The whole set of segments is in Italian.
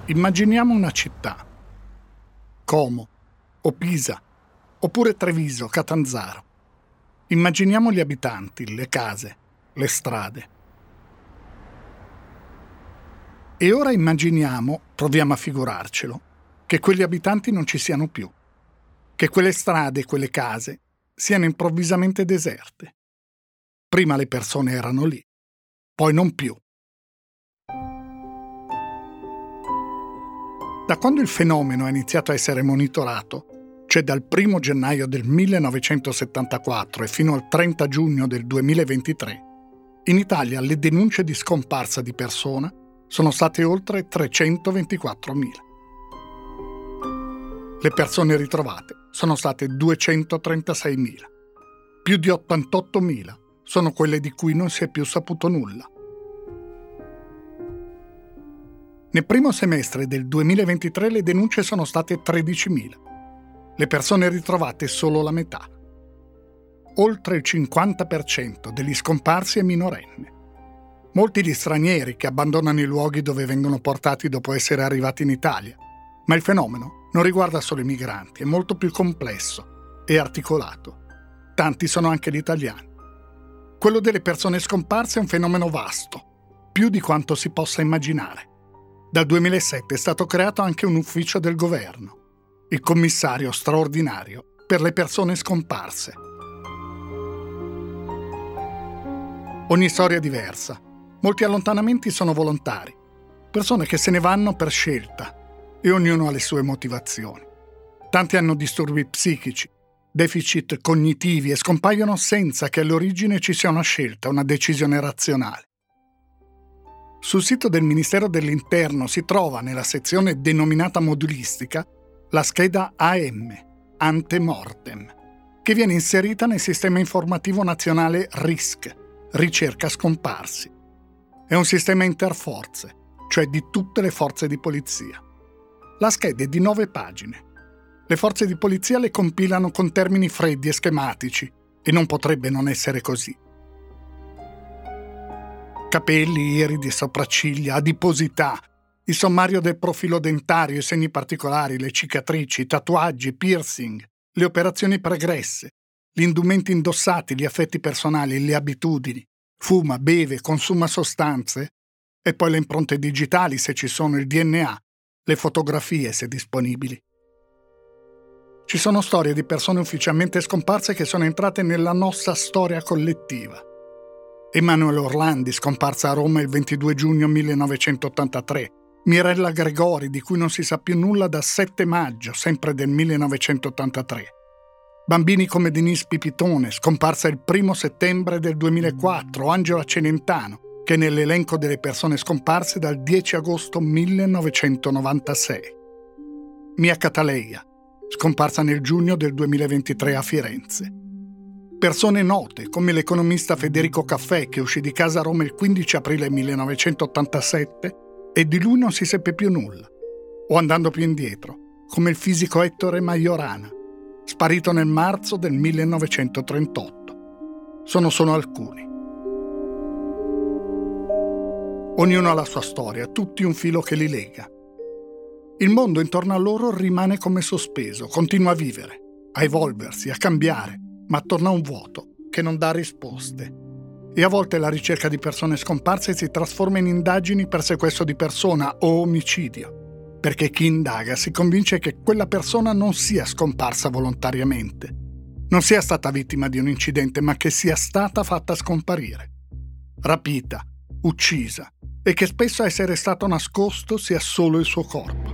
Immaginiamo una città. Como, o Pisa, oppure Treviso, Catanzaro. Immaginiamo gli abitanti, le case, le strade. E ora immaginiamo, proviamo a figurarcelo, che quegli abitanti non ci siano più, che quelle strade e quelle case siano improvvisamente deserte. Prima le persone erano lì, poi non più. Da quando il fenomeno ha iniziato a essere monitorato, cioè dal 1 gennaio del 1974 e fino al 30 giugno del 2023, in Italia le denunce di scomparsa di persona sono state oltre 324.000. Le persone ritrovate sono state 236.000. Più di 88.000 sono quelle di cui non si è più saputo nulla. Nel primo semestre del 2023 le denunce sono state 13.000. Le persone ritrovate solo la metà. Oltre il 50% degli scomparsi è minorenne. Molti gli stranieri che abbandonano i luoghi dove vengono portati dopo essere arrivati in Italia. Ma il fenomeno non riguarda solo i migranti, è molto più complesso e articolato. Tanti sono anche gli italiani. Quello delle persone scomparse è un fenomeno vasto, più di quanto si possa immaginare. Dal 2007 è stato creato anche un ufficio del governo, il commissario straordinario per le persone scomparse. Ogni storia è diversa. Molti allontanamenti sono volontari, persone che se ne vanno per scelta e ognuno ha le sue motivazioni. Tanti hanno disturbi psichici, deficit cognitivi e scompaiono senza che all'origine ci sia una scelta, una decisione razionale. Sul sito del Ministero dell'Interno si trova nella sezione denominata modulistica la scheda AM, Ante Mortem, che viene inserita nel sistema informativo nazionale RISC, Ricerca Scomparsi. È un sistema interforze, cioè di tutte le forze di polizia. La scheda è di 9 pagine. Le forze di polizia le compilano con termini freddi e schematici, e non potrebbe non essere così. Capelli, iridi, sopracciglia, adiposità, il sommario del profilo dentario, i segni particolari, le cicatrici, i tatuaggi, i piercing, le operazioni pregresse, gli indumenti indossati, gli affetti personali, le abitudini, fuma, beve, consuma sostanze, e poi le impronte digitali se ci sono, il DNA, le fotografie se disponibili. Ci sono storie di persone ufficialmente scomparse che sono entrate nella nostra storia collettiva. Emanuele Orlandi, scomparsa a Roma il 22 giugno 1983. Mirella Gregori, di cui non si sa più nulla da 7 maggio, sempre del 1983. Bambini come Denise Pipitone, scomparsa il 1 settembre del 2004. Angela Celentano, che è nell'elenco delle persone scomparse dal 10 agosto 1996. Mia Cataleia, scomparsa nel giugno del 2023 a Firenze. Persone note come l'economista Federico Caffè, che uscì di casa a Roma il 15 aprile 1987 e di lui non si seppe più nulla. O andando più indietro, come il fisico Ettore Majorana, sparito nel marzo del 1938. Sono solo alcuni. Ognuno ha la sua storia, tutti un filo che li lega. Il mondo intorno a loro rimane come sospeso, continua a vivere, a evolversi, a cambiare, ma torna un vuoto che non dà risposte. E a volte la ricerca di persone scomparse si trasforma in indagini per sequestro di persona o omicidio, perché chi indaga si convince che quella persona non sia scomparsa volontariamente, non sia stata vittima di un incidente, ma che sia stata fatta scomparire, rapita, uccisa, e che spesso a essere stato nascosto sia solo il suo corpo.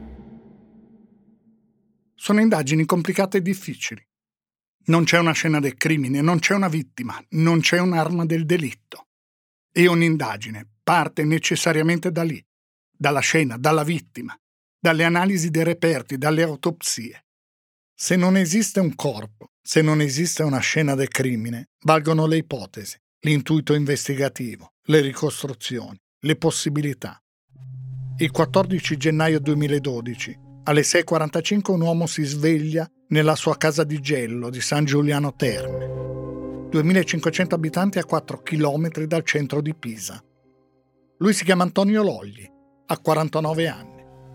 Sono indagini complicate e difficili. Non c'è una scena del crimine, non c'è una vittima, non c'è un'arma del delitto. E un'indagine parte necessariamente da lì, dalla scena, dalla vittima, dalle analisi dei reperti, dalle autopsie. Se non esiste un corpo, se non esiste una scena del crimine, valgono le ipotesi, l'intuito investigativo, le ricostruzioni, le possibilità. Il 14 gennaio 2012, alle 6:45 un uomo si sveglia nella sua casa di Gello di San Giuliano Terme, 2500 abitanti a 4 chilometri dal centro di Pisa. Lui si chiama Antonio Logli, ha 49 anni.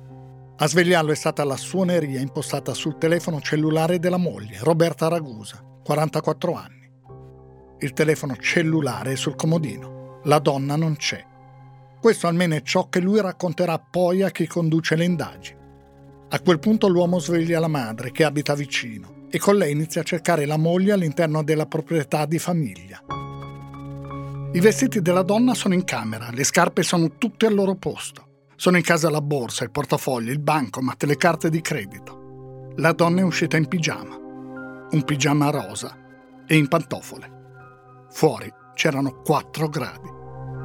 A svegliarlo è stata la suoneria impostata sul telefono cellulare della moglie, Roberta Ragusa, 44 anni. Il telefono cellulare è sul comodino. La donna non c'è. Questo almeno è ciò che lui racconterà poi a chi conduce le indagini. A quel punto l'uomo sveglia la madre, che abita vicino, e con lei inizia a cercare la moglie all'interno della proprietà di famiglia. I vestiti della donna sono in camera, le scarpe sono tutte al loro posto. Sono in casa la borsa, il portafoglio, il bancomat, le carte di credito. La donna è uscita in pigiama. Un pigiama rosa e in pantofole. Fuori c'erano 4 gradi.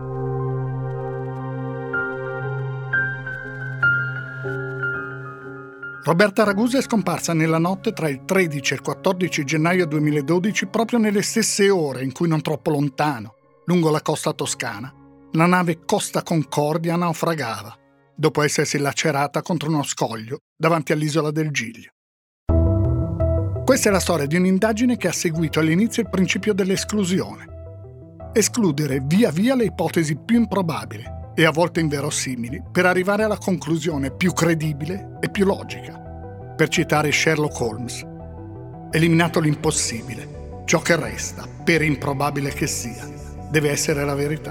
Roberta Ragusa è scomparsa nella notte tra il 13 e il 14 gennaio 2012, proprio nelle stesse ore in cui non troppo lontano, lungo la costa toscana, la nave Costa Concordia naufragava, dopo essersi lacerata contro uno scoglio davanti all'isola del Giglio. Questa è la storia di un'indagine che ha seguito all'inizio il principio dell'esclusione. Escludere via via le ipotesi più improbabili e a volte inverosimili per arrivare alla conclusione più credibile e più logica. Per citare Sherlock Holmes, eliminato l'impossibile, ciò che resta, per improbabile che sia, deve essere la verità.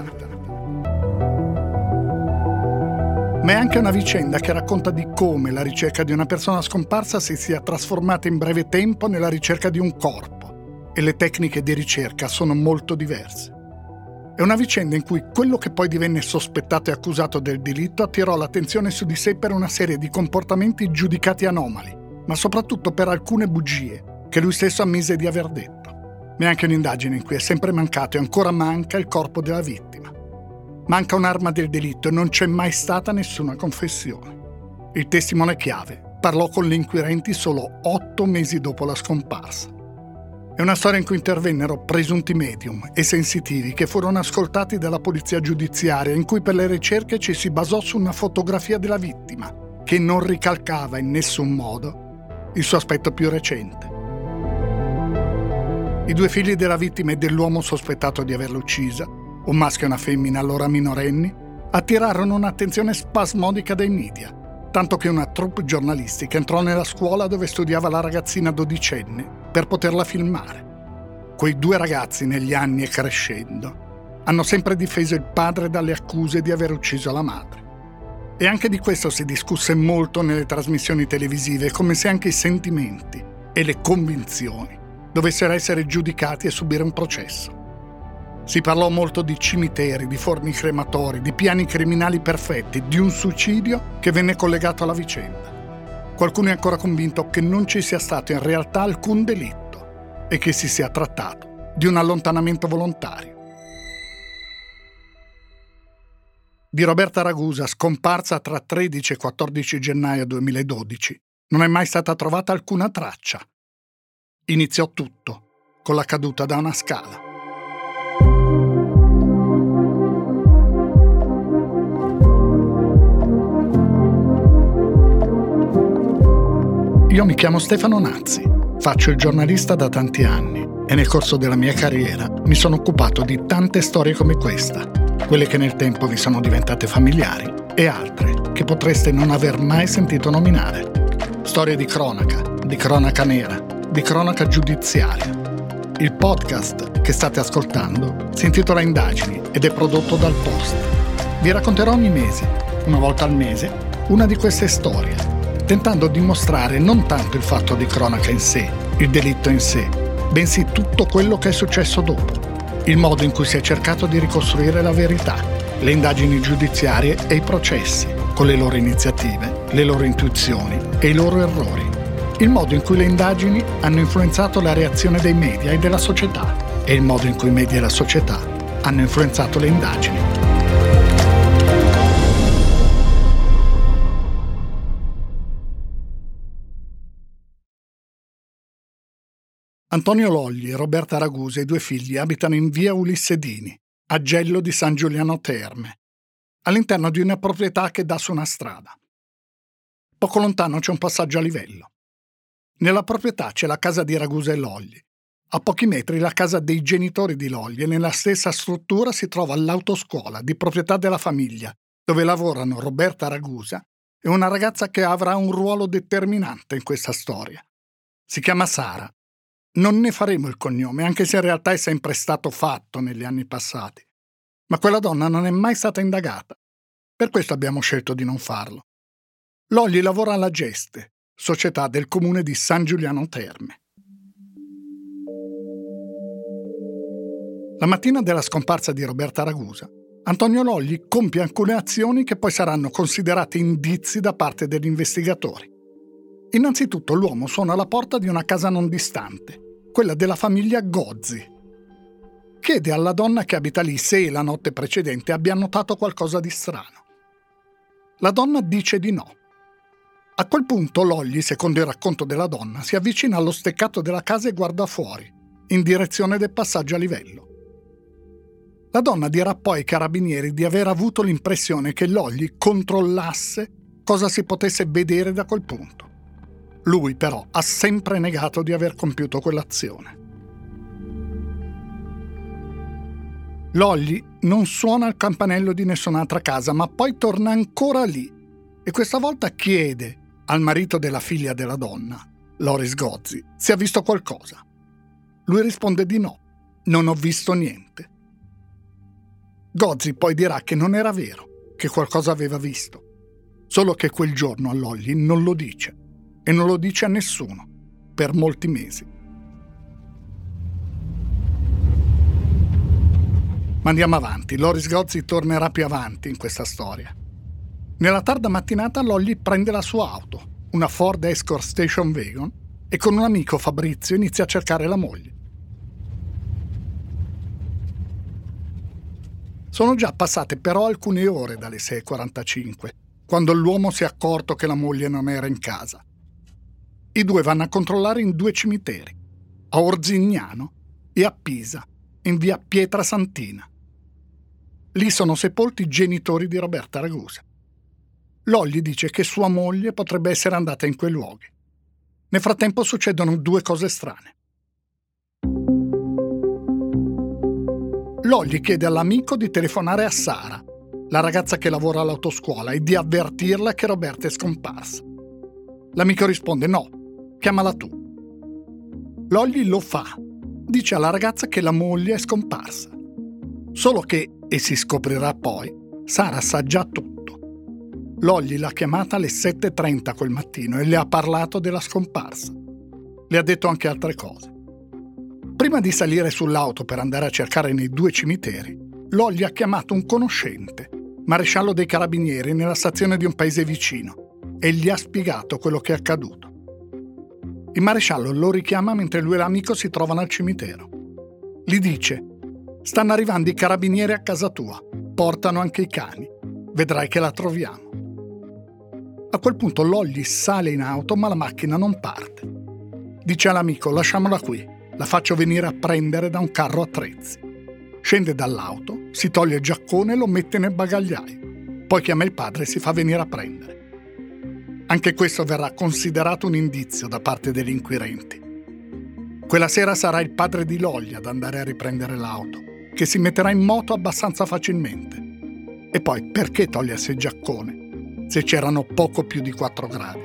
Ma è anche una vicenda che racconta di come la ricerca di una persona scomparsa si sia trasformata in breve tempo nella ricerca di un corpo, e le tecniche di ricerca sono molto diverse. È una vicenda in cui quello che poi divenne sospettato e accusato del delitto attirò l'attenzione su di sé per una serie di comportamenti giudicati anomali, ma soprattutto per alcune bugie che lui stesso ammise di aver detto. Ma è anche un'indagine in cui è sempre mancato e ancora manca il corpo della vittima. Manca un'arma del delitto e non c'è mai stata nessuna confessione. Il testimone chiave parlò con gli inquirenti solo 8 mesi dopo la scomparsa. È una storia in cui intervennero presunti medium e sensitivi che furono ascoltati dalla polizia giudiziaria, in cui per le ricerche ci si basò su una fotografia della vittima che non ricalcava in nessun modo il suo aspetto più recente. I 2 figli della vittima e dell'uomo sospettato di averla uccisa, un maschio e una femmina allora minorenni, attirarono un'attenzione spasmodica dai media, tanto che una troupe giornalistica entrò nella scuola dove studiava la ragazzina dodicenne per poterla filmare. Quei 2 ragazzi, negli anni e crescendo, hanno sempre difeso il padre dalle accuse di aver ucciso la madre. E anche di questo si discusse molto nelle trasmissioni televisive, come se anche i sentimenti e le convinzioni dovessero essere giudicati e subire un processo. Si parlò molto di cimiteri, di forni crematori, di piani criminali perfetti, di un suicidio che venne collegato alla vicenda. Qualcuno è ancora convinto che non ci sia stato in realtà alcun delitto e che si sia trattato di un allontanamento volontario. Di Roberta Ragusa, scomparsa tra 13 e 14 gennaio 2012, non è mai stata trovata alcuna traccia. Iniziò tutto con la caduta da una scala. Io mi chiamo Stefano Nazzi, faccio il giornalista da tanti anni e nel corso della mia carriera mi sono occupato di tante storie come questa, quelle che nel tempo vi sono diventate familiari e altre che potreste non aver mai sentito nominare. Storie di cronaca nera, di cronaca giudiziaria. Il podcast che state ascoltando si intitola Indagini ed è prodotto dal Post. Vi racconterò ogni mese, una volta al mese, una di queste storie, tentando di mostrare non tanto il fatto di cronaca in sé, il delitto in sé, bensì tutto quello che è successo dopo, il modo in cui si è cercato di ricostruire la verità, le indagini giudiziarie e i processi, con le loro iniziative, le loro intuizioni e i loro errori, il modo in cui le indagini hanno influenzato la reazione dei media e della società e il modo in cui i media e la società hanno influenzato le indagini. Antonio Logli e Roberta Ragusa e i 2 figli abitano in via Ulisse Dini, a Gello di San Giuliano Terme, all'interno di una proprietà che dà su una strada. Poco lontano c'è un passaggio a livello. Nella proprietà c'è la casa di Ragusa e Logli. A pochi metri la casa dei genitori di Logli e nella stessa struttura si trova l'autoscuola di proprietà della famiglia, dove lavorano Roberta Ragusa È una ragazza che avrà un ruolo determinante in questa storia. Si chiama Sara. Non ne faremo il cognome, anche se in realtà è sempre stato fatto negli anni passati. Ma quella donna non è mai stata indagata. Per questo abbiamo scelto di non farlo. Lolli lavora alla Geste, società del comune di San Giuliano Terme. La mattina della scomparsa di Roberta Ragusa, Antonio Lolli compie alcune azioni che poi saranno considerate indizi da parte degli investigatori. Innanzitutto l'uomo suona alla porta di una casa non distante, quella della famiglia Gozzi. Chiede alla donna che abita lì se la notte precedente abbia notato qualcosa di strano. La donna dice di no. A quel punto Lolli, secondo il racconto della donna, si avvicina allo steccato della casa e guarda fuori, in direzione del passaggio a livello. La donna dirà poi ai carabinieri di aver avuto l'impressione che Lolli controllasse cosa si potesse vedere da quel punto. Lui però ha sempre negato di aver compiuto quell'azione. Lolli non suona il campanello di nessun'altra casa, ma poi torna ancora lì e questa volta chiede al marito della figlia della donna, Loris Gozzi, se ha visto qualcosa. Lui risponde di no, non ho visto niente. Gozzi poi dirà che non era vero, che qualcosa aveva visto, solo che quel giorno a Lolli non lo dice e non lo dice a nessuno per molti mesi. Ma andiamo avanti, Loris Gozzi tornerà più avanti in questa storia. Nella tarda mattinata Lolli prende la sua auto, una Ford Escort Station Wagon, e con un amico Fabrizio inizia a cercare la moglie. Sono già passate però alcune ore dalle 6:45, quando l'uomo si è accorto che la moglie non era in casa. I due vanno a controllare in 2 cimiteri, a Orzignano e a Pisa, in via Pietra Santina. Lì sono sepolti i genitori di Roberta Ragusa. Lolli dice che sua moglie potrebbe essere andata in quei luoghi. Nel frattempo succedono 2 cose strane. Lolli chiede all'amico di telefonare a Sara, la ragazza che lavora all'autoscuola, e di avvertirla che Roberta è scomparsa. L'amico risponde no, chiamala tu. Lolli lo fa, dice alla ragazza che la moglie è scomparsa. Solo che, e si scoprirà poi, Sara sa già tutto. Lolli l'ha chiamata alle 7:30 quel mattino e le ha parlato della scomparsa. Le ha detto anche altre cose. Prima di salire sull'auto per andare a cercare nei 2 cimiteri, Lolli ha chiamato un conoscente, maresciallo dei carabinieri, nella stazione di un paese vicino, e gli ha spiegato quello che è accaduto. Il maresciallo lo richiama mentre lui e l'amico si trovano al cimitero. Gli dice: stanno arrivando i carabinieri a casa tua, portano anche i cani, vedrai che la troviamo. A quel punto Lolli sale in auto, ma la macchina non parte. Dice all'amico: lasciamola qui, la faccio venire a prendere da un carro attrezzi. Scende dall'auto, si toglie il giaccone e lo mette nel bagagliaio. Poi chiama il padre e si fa venire a prendere. Anche questo verrà considerato un indizio da parte degli inquirenti. Quella sera sarà il padre di Lolli ad andare a riprendere l'auto, che si metterà in moto abbastanza facilmente. E poi perché togliersi il giaccone, se c'erano poco più di 4 gradi?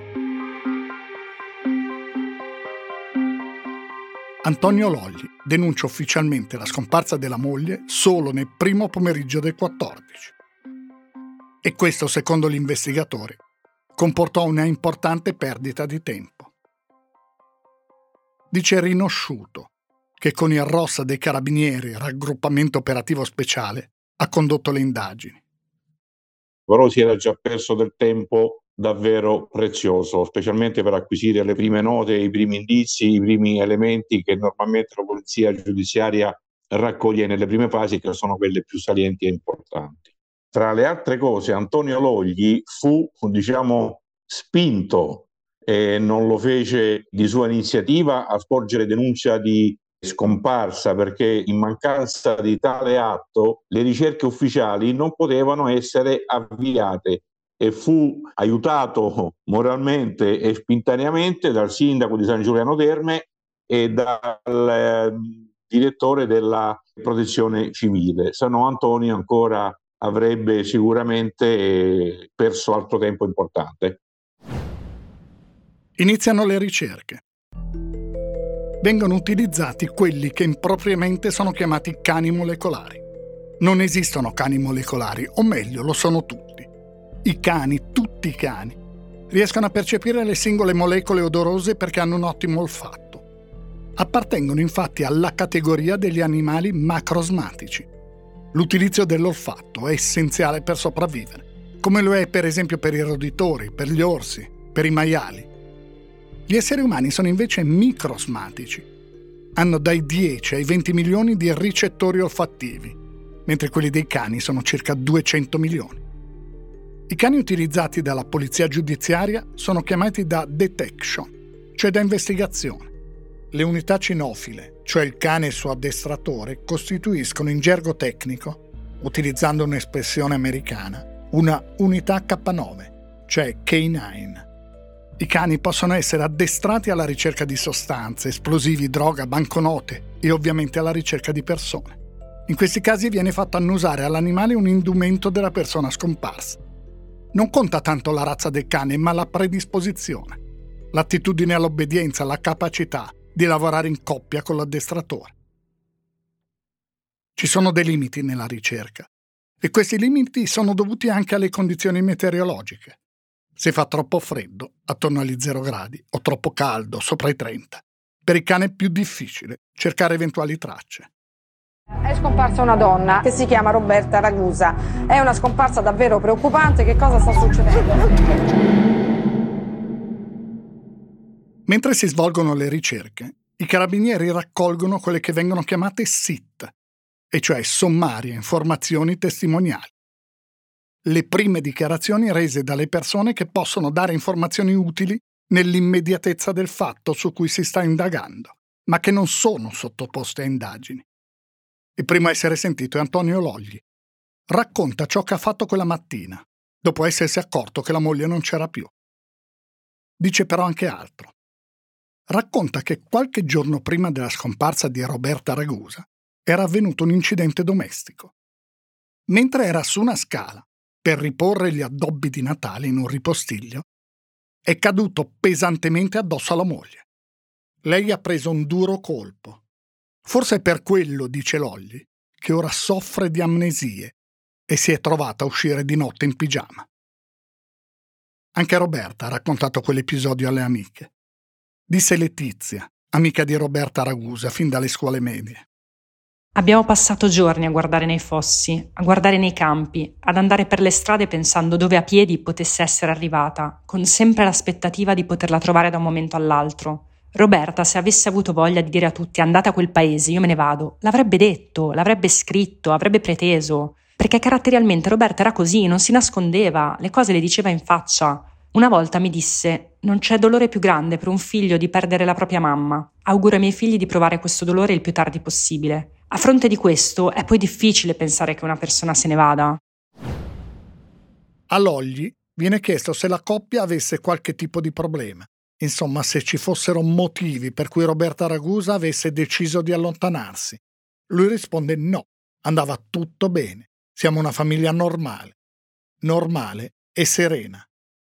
Antonio Lolli denuncia ufficialmente la scomparsa della moglie solo nel primo pomeriggio del 14. E questo, secondo gli investigatori, comportò una importante perdita di tempo. Dice Rino Sciuto, che con il ROS dei Carabinieri, raggruppamento operativo speciale, ha condotto le indagini. Però si era già perso del tempo davvero prezioso, specialmente per acquisire le prime note, i primi indizi, i primi elementi che normalmente la polizia giudiziaria raccoglie nelle prime fasi, che sono quelle più salienti e importanti. Tra le altre cose, Antonio Logli fu, spinto, e non lo fece di sua iniziativa, a sporgere denuncia di scomparsa, perché in mancanza di tale atto le ricerche ufficiali non potevano essere avviate, e fu aiutato moralmente e spontaneamente dal sindaco di San Giuliano Terme e dal direttore della protezione civile. San Antonio ancora avrebbe sicuramente perso altro tempo importante. Iniziano le ricerche. Vengono utilizzati quelli che impropriamente sono chiamati cani molecolari. Non esistono cani molecolari, o meglio, lo sono tutti. I cani, tutti i cani, riescono a percepire le singole molecole odorose perché hanno un ottimo olfatto. Appartengono infatti alla categoria degli animali macrosmatici. L'utilizzo dell'olfatto è essenziale per sopravvivere, come lo è per esempio per i roditori, per gli orsi, per i maiali. Gli esseri umani sono invece microsmatici. Hanno dai 10 ai 20 milioni di ricettori olfattivi, mentre quelli dei cani sono circa 200 milioni. I cani utilizzati dalla polizia giudiziaria sono chiamati da detection, cioè da investigazione. Le unità cinofile, cioè il cane e il suo addestratore, costituiscono in gergo tecnico, utilizzando un'espressione americana, una unità K9, cioè K9. I cani possono essere addestrati alla ricerca di sostanze, esplosivi, droga, banconote e ovviamente alla ricerca di persone. In questi casi viene fatto annusare all'animale un indumento della persona scomparsa. Non conta tanto la razza del cane, ma la predisposizione, l'attitudine all'obbedienza, la capacità di lavorare in coppia con l'addestratore. Ci sono dei limiti nella ricerca e questi limiti sono dovuti anche alle condizioni meteorologiche. Se fa troppo freddo, attorno agli 0 gradi, o troppo caldo, sopra i 30, per il cane è più difficile cercare eventuali tracce. È scomparsa una donna che si chiama Roberta Ragusa. È una scomparsa davvero preoccupante. Che cosa sta succedendo? Mentre si svolgono le ricerche, i carabinieri raccolgono quelle che vengono chiamate SIT, e cioè sommarie informazioni testimoniali. Le prime dichiarazioni rese dalle persone che possono dare informazioni utili nell'immediatezza del fatto su cui si sta indagando, ma che non sono sottoposte a indagini. Il primo a essere sentito è Antonio Logli. Racconta ciò che ha fatto quella mattina, dopo essersi accorto che la moglie non c'era più. Dice però anche altro. Racconta che qualche giorno prima della scomparsa di Roberta Ragusa era avvenuto un incidente domestico. Mentre era su una scala per riporre gli addobbi di Natale in un ripostiglio, è caduto pesantemente addosso alla moglie. Lei ha preso un duro colpo. Forse è per quello, dice Logli, che ora soffre di amnesie e si è trovata a uscire di notte in pigiama. Anche Roberta ha raccontato quell'episodio alle amiche. Disse Letizia, amica di Roberta Ragusa fin dalle scuole medie. Abbiamo passato giorni a guardare nei fossi, a guardare nei campi, ad andare per le strade pensando dove a piedi potesse essere arrivata, con sempre l'aspettativa di poterla trovare da un momento all'altro. Roberta, se avesse avuto voglia di dire a tutti andate a quel paese, io me ne vado, l'avrebbe detto, l'avrebbe scritto, avrebbe preteso, perché caratterialmente Roberta era così, non si nascondeva, le cose le diceva in faccia. Una volta mi disse: non c'è dolore più grande per un figlio di perdere la propria mamma. Auguro ai miei figli di provare questo dolore il più tardi possibile. A fronte di questo è poi difficile pensare che una persona se ne vada. A Logli viene chiesto se la coppia avesse qualche tipo di problema. Insomma, se ci fossero motivi per cui Roberta Ragusa avesse deciso di allontanarsi. Lui risponde no, andava tutto bene, siamo una famiglia normale e serena.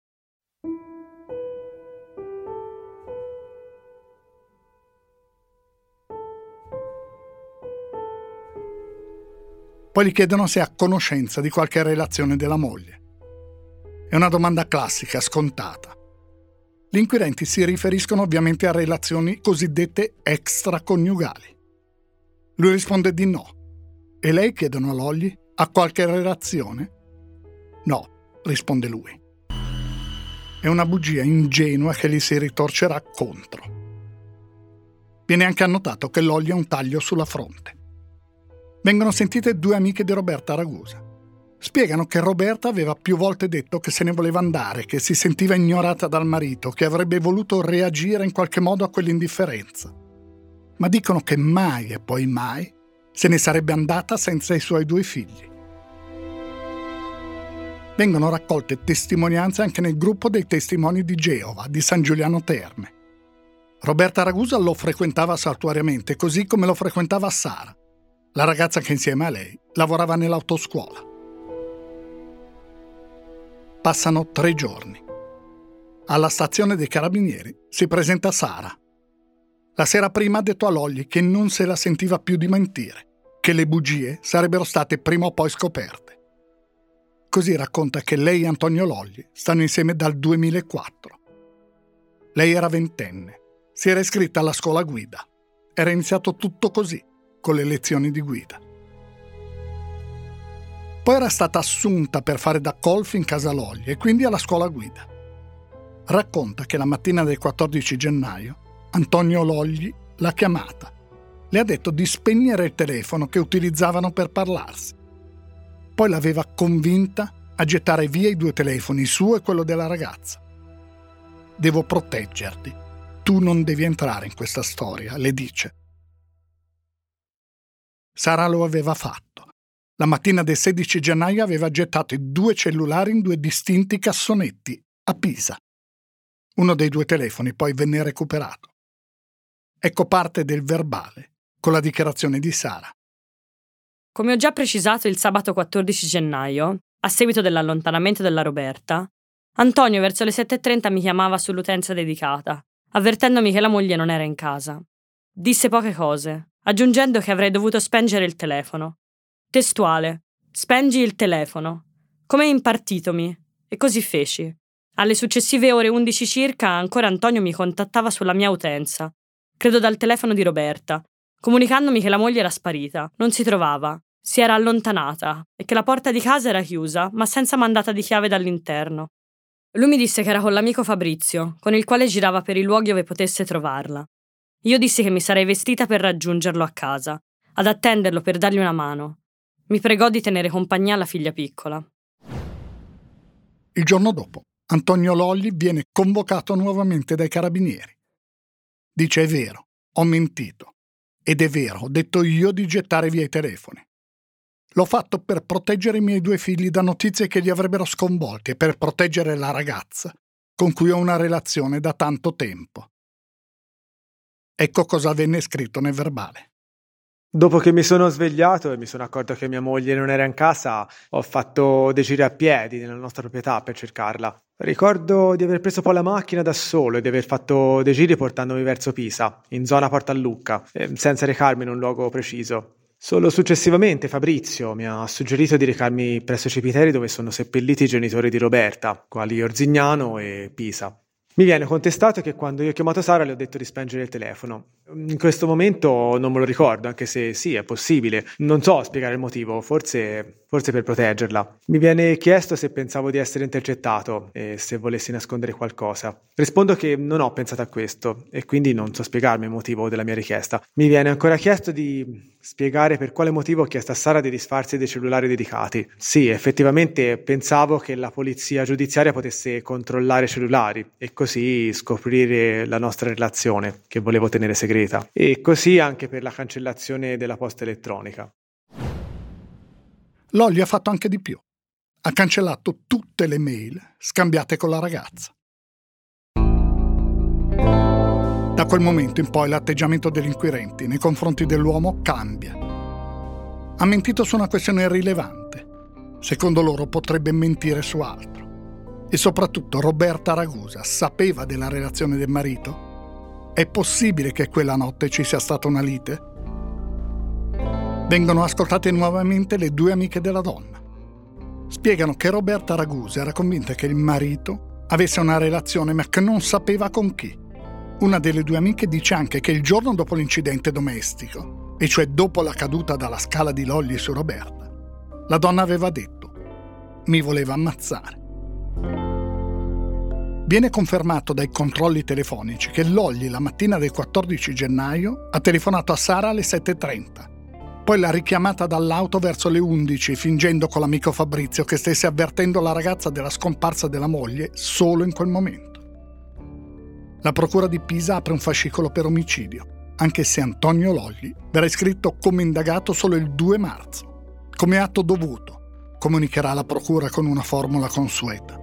Poi gli chiedono se ha conoscenza di qualche relazione della moglie. È una domanda classica, scontata. Gli inquirenti si riferiscono ovviamente a relazioni cosiddette extraconiugali. Lui risponde di no. E lei, chiedono a Logli, ha qualche relazione? No, risponde lui. È una bugia ingenua che gli si ritorcerà contro. Viene anche annotato che Logli ha un taglio sulla fronte. Vengono sentite 2 amiche di Roberta Ragusa. Spiegano che Roberta aveva più volte detto che se ne voleva andare, che si sentiva ignorata dal marito, che avrebbe voluto reagire in qualche modo a quell'indifferenza. Ma dicono che mai e poi mai se ne sarebbe andata senza i suoi 2 figli. Vengono raccolte testimonianze anche nel gruppo dei testimoni di Geova di San Giuliano Terme. Roberta Ragusa lo frequentava saltuariamente, così come lo frequentava Sara, la ragazza che insieme a lei lavorava nell'autoscuola. Passano 3 giorni. Alla stazione dei carabinieri si presenta Sara. La sera prima ha detto a Lolli che non se la sentiva più di mentire, che le bugie sarebbero state prima o poi scoperte. Così racconta che lei e Antonio Lolli stanno insieme dal 2004. Lei era 20enne, si era iscritta alla scuola guida. Era iniziato tutto così, con le lezioni di guida. Poi era stata assunta per fare da colf in casa Lolli e quindi alla scuola guida. Racconta che la mattina del 14 gennaio Antonio Lolli l'ha chiamata. Le ha detto di spegnere il telefono che utilizzavano per parlarsi. Poi l'aveva convinta a gettare via i 2 telefoni, il suo e quello della ragazza. Devo proteggerti. Tu non devi entrare in questa storia, le dice. Sara lo aveva fatto. La mattina del 16 gennaio aveva gettato i 2 cellulari in 2 distinti cassonetti a Pisa. Uno dei 2 telefoni poi venne recuperato. Ecco parte del verbale, con la dichiarazione di Sara. Come ho già precisato il sabato 14 gennaio, a seguito dell'allontanamento della Roberta, Antonio verso le 7:30 mi chiamava sull'utenza dedicata, avvertendomi che la moglie non era in casa. Disse poche cose, aggiungendo che avrei dovuto spengere il telefono. Testuale: spengi il telefono. Come impartitomi, e così feci. Alle successive ore 11 circa ancora Antonio mi contattava sulla mia utenza, credo dal telefono di Roberta, comunicandomi che la moglie era sparita, non si trovava, si era allontanata e che la porta di casa era chiusa, ma senza mandata di chiave dall'interno. Lui mi disse che era con l'amico Fabrizio, con il quale girava per i luoghi dove potesse trovarla. Io dissi che mi sarei vestita per raggiungerlo a casa, ad attenderlo per dargli una mano. Mi pregò di tenere compagnia alla figlia piccola. Il giorno dopo, Antonio Lolli viene convocato nuovamente dai carabinieri. Dice: è vero, ho mentito. Ed è vero, ho detto io di gettare via i telefoni. L'ho fatto per proteggere i miei 2 figli da notizie che li avrebbero sconvolti e per proteggere la ragazza, con cui ho una relazione da tanto tempo. Ecco cosa venne scritto nel verbale. Dopo che mi sono svegliato e mi sono accorto che mia moglie non era in casa, ho fatto dei giri a piedi nella nostra proprietà per cercarla. Ricordo di aver preso poi la macchina da solo e di aver fatto dei giri portandomi verso Pisa, in zona Porta Lucca, senza recarmi in un luogo preciso. Solo successivamente Fabrizio mi ha suggerito di recarmi presso i cimiteri dove sono seppelliti i genitori di Roberta, quali Orzignano e Pisa. Mi viene contestato che quando io ho chiamato Sara le ho detto di spengere il telefono. In questo momento non me lo ricordo, anche se sì, è possibile. Non so spiegare il motivo, forse per proteggerla. Mi viene chiesto se pensavo di essere intercettato e se volessi nascondere qualcosa. Rispondo che non ho pensato a questo e quindi non so spiegarmi il motivo della mia richiesta. Mi viene ancora chiesto di spiegare per quale motivo ho chiesto a Sara di disfarsi dei cellulari dedicati. Sì, effettivamente pensavo che la polizia giudiziaria potesse controllare i cellulari e così scoprire la nostra relazione, che volevo tenere segreta. E così anche per la cancellazione della posta elettronica. Lolli ha fatto anche di più. Ha cancellato tutte le mail scambiate con la ragazza. Da quel momento in poi l'atteggiamento degli inquirenti nei confronti dell'uomo cambia. Ha mentito su una questione irrilevante. Secondo loro potrebbe mentire su altro. E soprattutto Roberta Ragusa sapeva della relazione del marito? È possibile che quella notte ci sia stata una lite? Vengono ascoltate nuovamente le 2 amiche della donna. Spiegano che Roberta Ragusa era convinta che il marito avesse una relazione ma che non sapeva con chi. Una delle 2 amiche dice anche che il giorno dopo l'incidente domestico, e cioè dopo la caduta dalla scala di Lolli su Roberta, la donna aveva detto: mi voleva ammazzare. Viene confermato dai controlli telefonici che Lolli la mattina del 14 gennaio ha telefonato a Sara alle 7:30. Poi l'ha richiamata dall'auto verso le 11, fingendo con l'amico Fabrizio che stesse avvertendo la ragazza della scomparsa della moglie solo in quel momento. La procura di Pisa apre un fascicolo per omicidio, anche se Antonio Lolli verrà iscritto come indagato solo il 2 marzo. Come atto dovuto, comunicherà la procura con una formula consueta.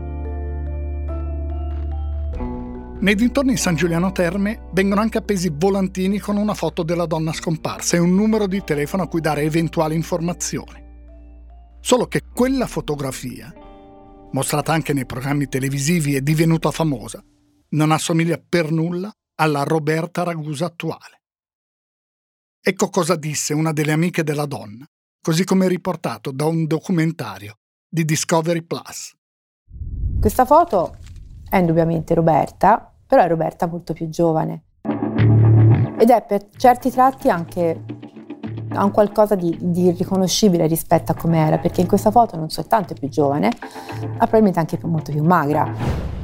Nei dintorni di San Giuliano Terme vengono anche appesi volantini con una foto della donna scomparsa e un numero di telefono a cui dare eventuali informazioni. Solo che quella fotografia mostrata anche nei programmi televisivi e divenuta famosa, non assomiglia per nulla alla Roberta Ragusa attuale. Ecco cosa disse una delle amiche della donna, così come riportato da un documentario di Discovery Plus. Questa foto è indubbiamente Roberta, però è Roberta molto più giovane. Ed è per certi tratti anche ha un qualcosa di irriconoscibile rispetto a come era, perché in questa foto non soltanto è più giovane, ma probabilmente anche molto più magra.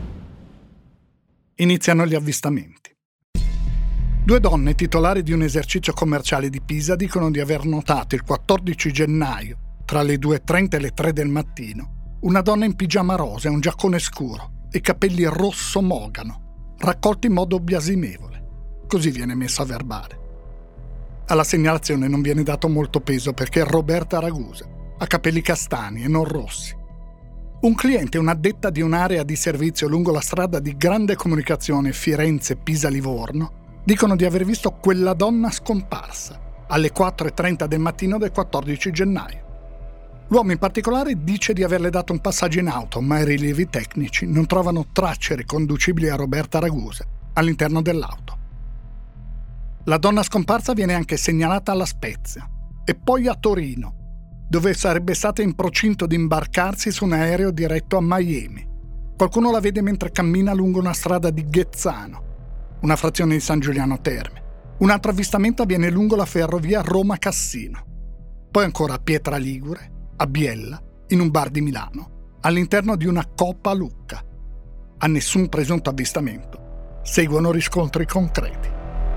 Iniziano gli avvistamenti. 2 donne titolari di un esercizio commerciale di Pisa dicono di aver notato il 14 gennaio, tra le 2:30 e le 3 del mattino, una donna in pigiama rosa e un giaccone scuro e capelli rosso mogano, raccolti in modo biasimevole. Così viene messo a verbale. Alla segnalazione non viene dato molto peso perché Roberta Ragusa ha capelli castani e non rossi. Un cliente e un'addetta di un'area di servizio lungo la strada di grande comunicazione Firenze-Pisa-Livorno dicono di aver visto quella donna scomparsa alle 4:30 del mattino del 14 gennaio. L'uomo in particolare dice di averle dato un passaggio in auto, ma i rilievi tecnici non trovano tracce riconducibili a Roberta Ragusa all'interno dell'auto. La donna scomparsa viene anche segnalata alla Spezia e poi a Torino, dove sarebbe stata in procinto di imbarcarsi su un aereo diretto a Miami. Qualcuno la vede mentre cammina lungo una strada di Ghezzano, una frazione di San Giuliano Terme. Un altro avvistamento avviene lungo la ferrovia Roma-Cassino. Poi ancora a Pietra Ligure, a Biella, in un bar di Milano, all'interno di una coppa a Lucca. A nessun presunto avvistamento seguono riscontri concreti.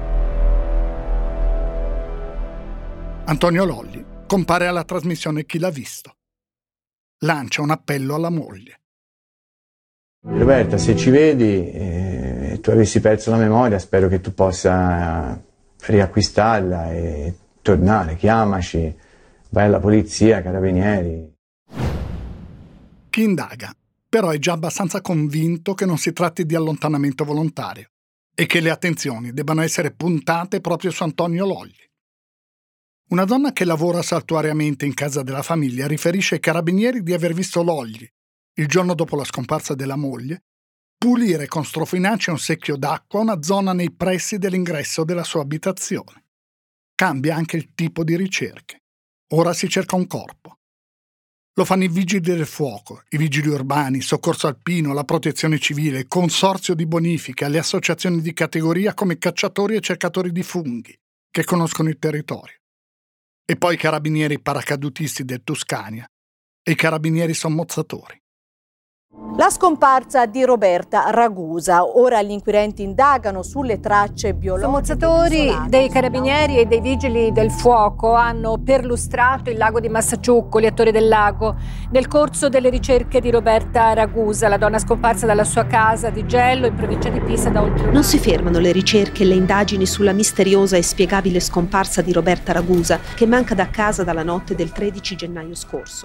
Antonio Lolli compare alla trasmissione Chi l'ha visto. Lancia un appello alla moglie. Roberta, se ci vedi e tu avessi perso la memoria, spero che tu possa riacquistarla e tornare. Chiamaci, vai alla polizia, carabinieri. Chi indaga, però è già abbastanza convinto che non si tratti di allontanamento volontario e che le attenzioni debbano essere puntate proprio su Antonio Lolli. Una donna che lavora saltuariamente in casa della famiglia riferisce ai carabinieri di aver visto Lolli, il giorno dopo la scomparsa della moglie, pulire con strofinaccia un secchio d'acqua una zona nei pressi dell'ingresso della sua abitazione. Cambia anche il tipo di ricerche. Ora si cerca un corpo. Lo fanno i vigili del fuoco, i vigili urbani, il soccorso alpino, la protezione civile, il consorzio di bonifica, le associazioni di categoria come cacciatori e cercatori di funghi, che conoscono il territorio. E poi i carabinieri paracadutisti del Tuscania e i carabinieri sommozzatori. La scomparsa di Roberta Ragusa. Ora gli inquirenti indagano sulle tracce biologiche. Sommozzatori dei carabinieri e dei vigili del fuoco hanno perlustrato il lago di Massaciuccoli a Torre del Lago nel corso delle ricerche di Roberta Ragusa, la donna scomparsa dalla sua casa di Gello in provincia di Pisa da oltre un anno. Non si fermano le ricerche e le indagini sulla misteriosa e spiegabile scomparsa di Roberta Ragusa, che manca da casa dalla notte del 13 gennaio scorso.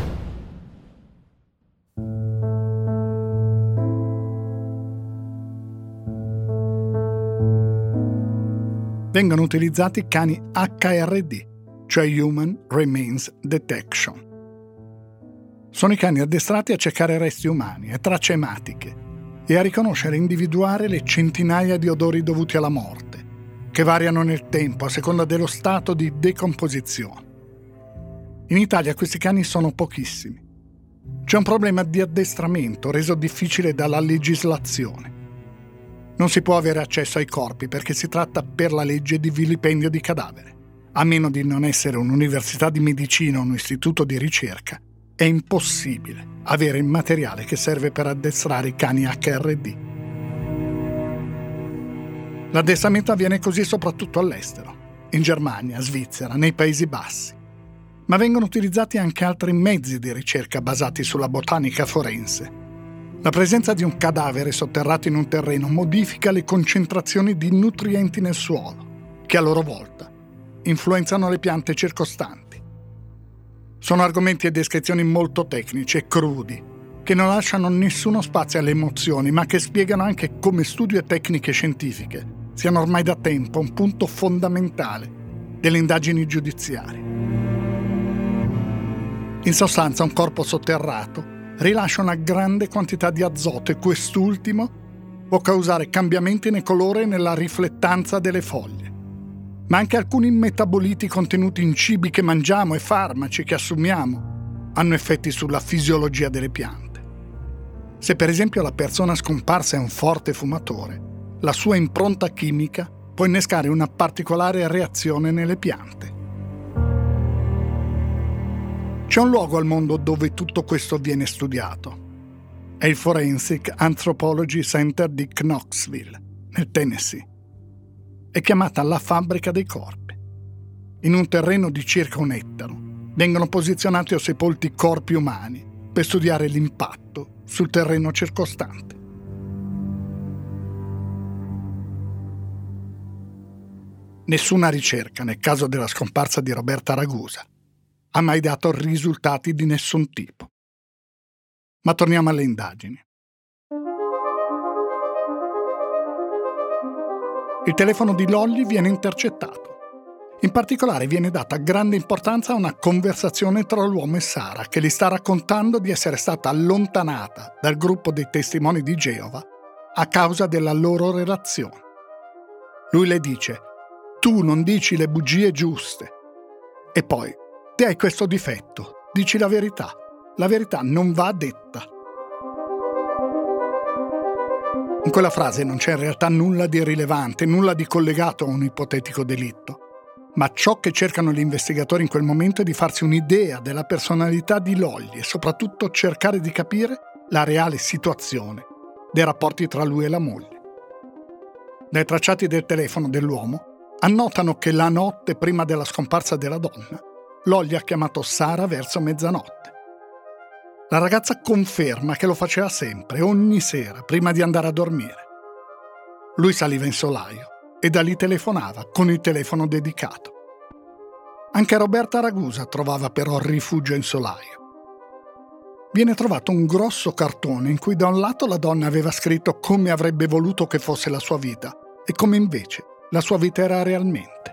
Vengono utilizzati cani HRD, cioè Human Remains Detection. Sono i cani addestrati a cercare resti umani e tracce ematiche e a riconoscere e individuare le centinaia di odori dovuti alla morte, che variano nel tempo a seconda dello stato di decomposizione. In Italia questi cani sono pochissimi. C'è un problema di addestramento reso difficile dalla legislazione. Non si può avere accesso ai corpi perché si tratta per la legge di vilipendio di cadavere. A meno di non essere un'università di medicina o un istituto di ricerca, è impossibile avere il materiale che serve per addestrare i cani HRD. L'addestramento avviene così soprattutto all'estero, in Germania, Svizzera, nei Paesi Bassi. Ma vengono utilizzati anche altri mezzi di ricerca basati sulla botanica forense. La presenza di un cadavere sotterrato in un terreno modifica le concentrazioni di nutrienti nel suolo, che a loro volta influenzano le piante circostanti. Sono argomenti e descrizioni molto tecnici e crudi, che non lasciano nessuno spazio alle emozioni, ma che spiegano anche come studio e tecniche scientifiche siano ormai da tempo un punto fondamentale delle indagini giudiziarie. In sostanza, un corpo sotterrato rilascia una grande quantità di azoto e quest'ultimo può causare cambiamenti nel colore e nella riflettanza delle foglie. Ma anche alcuni metaboliti contenuti in cibi che mangiamo e farmaci che assumiamo hanno effetti sulla fisiologia delle piante. Se per esempio la persona scomparsa è un forte fumatore, la sua impronta chimica può innescare una particolare reazione nelle piante. C'è un luogo al mondo dove tutto questo viene studiato. È il Forensic Anthropology Center di Knoxville, nel Tennessee. È chiamata la fabbrica dei corpi. In un terreno di circa 1 ettaro vengono posizionati o sepolti corpi umani per studiare l'impatto sul terreno circostante. Nessuna ricerca, nel caso della scomparsa di Roberta Ragusa, ha mai dato risultati di nessun tipo. Ma torniamo alle indagini. Il telefono di Lolli viene intercettato. In particolare viene data grande importanza a una conversazione tra l'uomo e Sara, che gli sta raccontando di essere stata allontanata dal gruppo dei testimoni di Geova a causa della loro relazione. Lui le dice: tu non dici le bugie giuste. E poi: te hai questo difetto, dici la verità. La verità non va detta. In quella frase non c'è in realtà nulla di rilevante, nulla di collegato a un ipotetico delitto, ma ciò che cercano gli investigatori in quel momento è di farsi un'idea della personalità di Lolli e soprattutto cercare di capire la reale situazione dei rapporti tra lui e la moglie. Dai tracciati del telefono dell'uomo annotano che la notte prima della scomparsa della donna, Lolli ha chiamato Sara verso mezzanotte. La ragazza conferma che lo faceva sempre, ogni sera, prima di andare a dormire. Lui saliva in solaio e da lì telefonava con il telefono dedicato. Anche Roberta Ragusa trovava però rifugio in solaio. Viene trovato un grosso cartone in cui da un lato la donna aveva scritto come avrebbe voluto che fosse la sua vita e come invece la sua vita era realmente.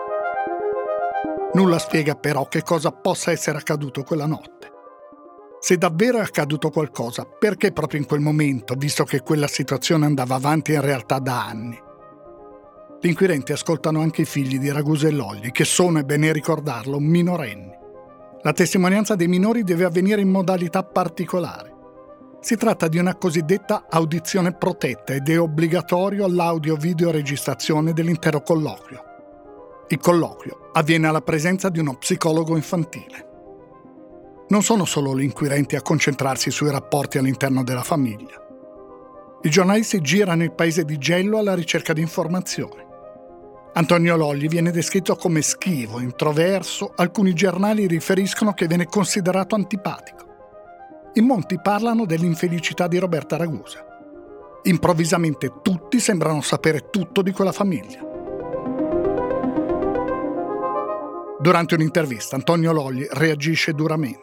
Nulla spiega però che cosa possa essere accaduto quella notte. Se davvero è accaduto qualcosa, perché proprio in quel momento, visto che quella situazione andava avanti in realtà da anni? Gli inquirenti ascoltano anche i figli di Ragusa e Lolli, che sono, è bene ricordarlo, minorenni. La testimonianza dei minori deve avvenire in modalità particolare. Si tratta di una cosiddetta audizione protetta ed è obbligatorio l'audio-video registrazione dell'intero colloquio. Il colloquio avviene alla presenza di uno psicologo infantile. Non sono solo gli inquirenti a concentrarsi sui rapporti all'interno della famiglia. I giornalisti girano il paese di Gello alla ricerca di informazioni. Antonio Lolli viene descritto come schivo, introverso, alcuni giornali riferiscono che viene considerato antipatico. In molti parlano dell'infelicità di Roberta Ragusa. Improvvisamente tutti sembrano sapere tutto di quella famiglia. Durante un'intervista Antonio Lolli reagisce duramente.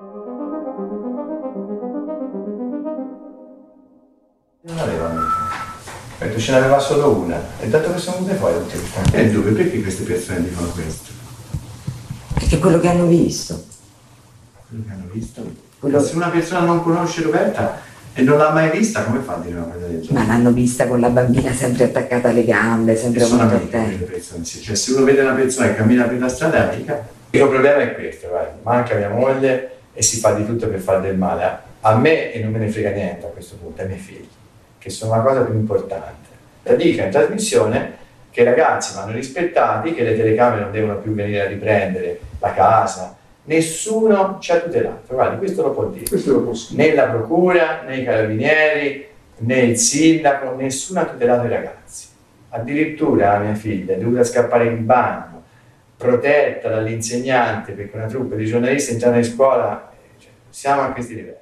Non aveva amici, perché ce n'aveva solo una, e dato che sono venute fuori tutte queste. E dove? Perché queste persone dicono questo? Perché quello che hanno visto. Quello che hanno visto? Se una persona non conosce Roberta e non l'ha mai vista, come fa a dire una cosa del genere? Ma l'hanno vista con la bambina sempre attaccata alle gambe, sempre molto attenta. Cioè, se uno vede una persona che cammina per la strada è amica. Il mio problema è questo, guarda, manca mia moglie e si fa di tutto per fare del male a me e non me ne frega niente a questo punto, ai miei figli, che sono la cosa più importante. La dica in trasmissione che i ragazzi vanno rispettati, che le telecamere non devono più venire a riprendere la casa, nessuno ci ha tutelato, guardi, questo lo può dire, né la procura, né i carabinieri, né il sindaco, nessuno ha tutelato i ragazzi. Addirittura la mia figlia è dovuta scappare in bagno, protetta dall'insegnante perché una troupe di giornalisti entrano in scuola, cioè, siamo a questi livelli.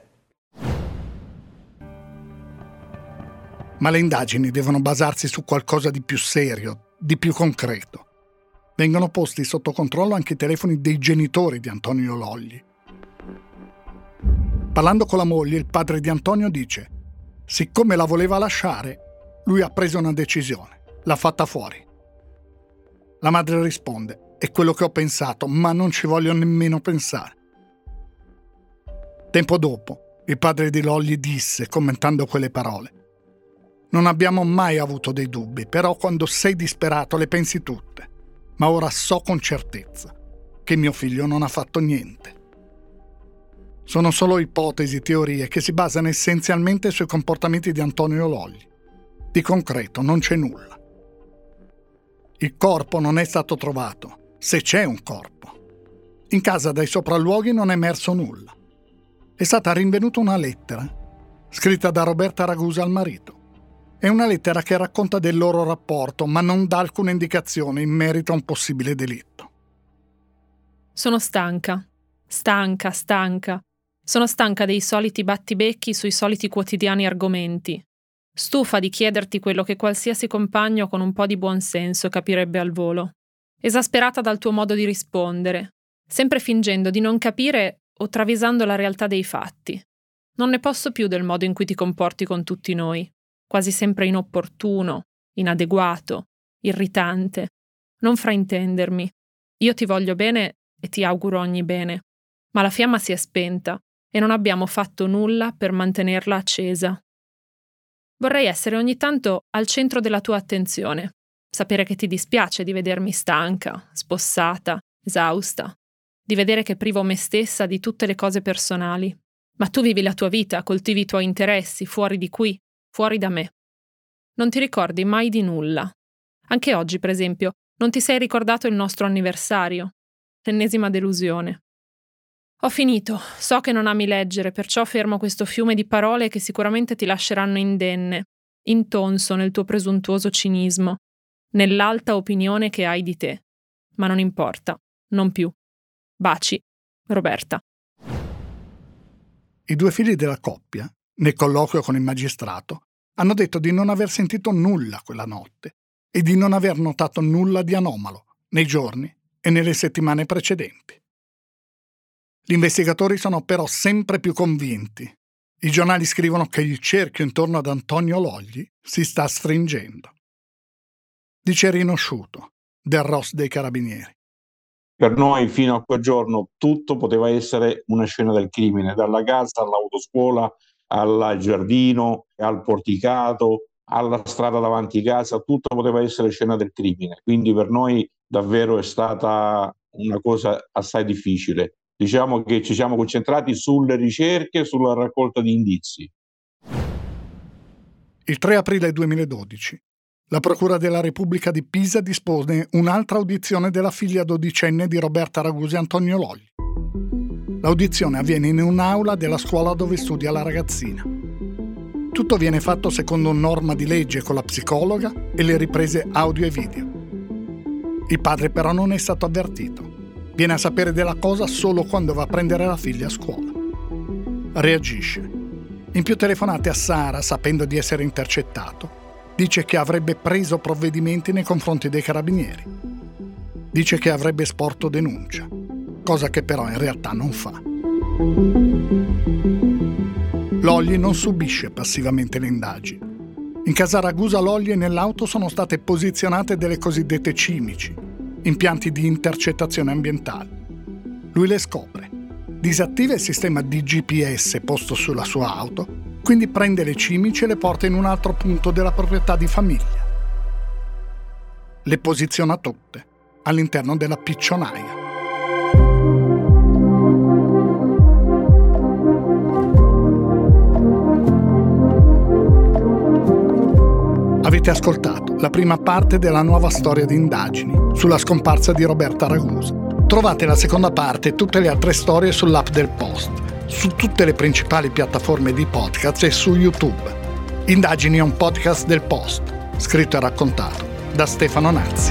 Ma le indagini devono basarsi su qualcosa di più serio, di più concreto. Vengono posti sotto controllo anche i telefoni dei genitori di Antonio Lolli. Parlando con la moglie, il padre di Antonio dice: siccome la voleva lasciare, lui ha preso una decisione, l'ha fatta fuori. La madre risponde: è quello che ho pensato, ma non ci voglio nemmeno pensare. Tempo dopo, Il padre di Lolli disse, commentando quelle parole: «Non abbiamo mai avuto dei dubbi, però quando sei disperato le pensi tutte. Ma ora so con certezza che mio figlio non ha fatto niente. Sono solo ipotesi, teorie che si basano essenzialmente sui comportamenti di Antonio Lolli. Di concreto non c'è nulla. Il corpo non è stato trovato, se c'è un corpo. In casa dai sopralluoghi non è emerso nulla. È stata rinvenuta una lettera, scritta da Roberta Ragusa al marito. È una lettera che racconta del loro rapporto, ma non dà alcuna indicazione in merito a un possibile delitto. Sono stanca. Sono stanca dei soliti battibecchi sui soliti quotidiani argomenti. Stufa di chiederti quello che qualsiasi compagno con un po' di buonsenso capirebbe al volo. Esasperata dal tuo modo di rispondere, sempre fingendo di non capire o travisando la realtà dei fatti. Non ne posso più del modo in cui ti comporti con tutti noi, quasi sempre inopportuno, inadeguato, irritante. Non fraintendermi. Io ti voglio bene e ti auguro ogni bene, ma la fiamma si è spenta e non abbiamo fatto nulla per mantenerla accesa. Vorrei essere ogni tanto al centro della tua attenzione, sapere che ti dispiace di vedermi stanca, spossata, esausta, di vedere che privo me stessa di tutte le cose personali. Ma tu vivi la tua vita, coltivi i tuoi interessi, fuori di qui, fuori da me. Non ti ricordi mai di nulla. Anche oggi, per esempio, non ti sei ricordato il nostro anniversario. L'ennesima delusione. Ho finito, so che non ami leggere, perciò fermo questo fiume di parole che sicuramente ti lasceranno indenne, intonso nel tuo presuntuoso cinismo, nell'alta opinione che hai di te. Ma non importa, non più. Baci, Roberta. I due figli della coppia, nel colloquio con il magistrato, hanno detto di non aver sentito nulla quella notte e di non aver notato nulla di anomalo nei giorni e nelle settimane precedenti. Gli investigatori sono però sempre più convinti. I giornali scrivono che il cerchio intorno ad Antonio Lolli si sta stringendo. Dice Rino Sciuto, del ROS dei Carabinieri. Per noi fino a quel giorno tutto poteva essere una scena del crimine, dalla casa all'autoscuola, al giardino, al porticato, alla strada davanti a casa, tutto poteva essere scena del crimine. Quindi per noi davvero è stata una cosa assai difficile. Diciamo che ci siamo concentrati sulle ricerche, sulla raccolta di indizi. Il 3 aprile 2012, la Procura della Repubblica di Pisa dispone un'altra audizione della figlia dodicenne di Roberta Ragusa e Antonio Lolli. L'audizione avviene in un'aula della scuola dove studia la ragazzina. Tutto viene fatto secondo norma di legge con la psicologa e le riprese audio e video. Il padre però non è stato avvertito. Viene a sapere della cosa solo quando va a prendere la figlia a scuola. Reagisce. In più telefonate a Sara, sapendo di essere intercettato, dice che avrebbe preso provvedimenti nei confronti dei carabinieri. Dice che avrebbe esporto denuncia, cosa che però in realtà non fa. Lolli non subisce passivamente le indagini. In casa Ragusa, Lolli e nell'auto sono state posizionate delle cosiddette cimici, impianti di intercettazione ambientale. Lui le scopre. Disattiva il sistema di GPS posto sulla sua auto, quindi prende le cimici e le porta in un altro punto della proprietà di famiglia. Le posiziona tutte all'interno della piccionaia. Avete ascoltato la prima parte della nuova storia di indagini sulla scomparsa di Roberta Ragusa. Trovate la seconda parte e tutte le altre storie sull'app del Post, su tutte le principali piattaforme di podcast e su YouTube. Indagini è un podcast del Post, scritto e raccontato da Stefano Nazzi.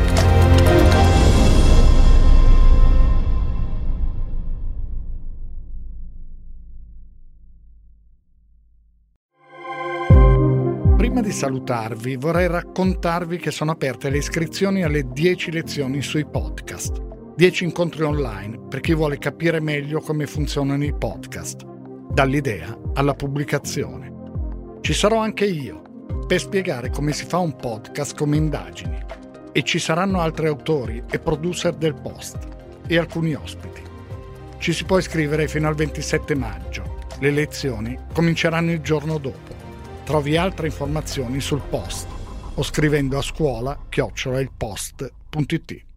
Prima di salutarvi vorrei raccontarvi che sono aperte le iscrizioni alle 10 lezioni sui podcast. 10 incontri online per chi vuole capire meglio come funzionano i podcast, dall'idea alla pubblicazione. Ci sarò anche io per spiegare come si fa un podcast come indagini e ci saranno altri autori e producer del Post e alcuni ospiti. Ci si può iscrivere fino al 27 maggio Le lezioni cominceranno il giorno dopo. Trovi altre informazioni sul Post o scrivendo a scuola@ilpost.it.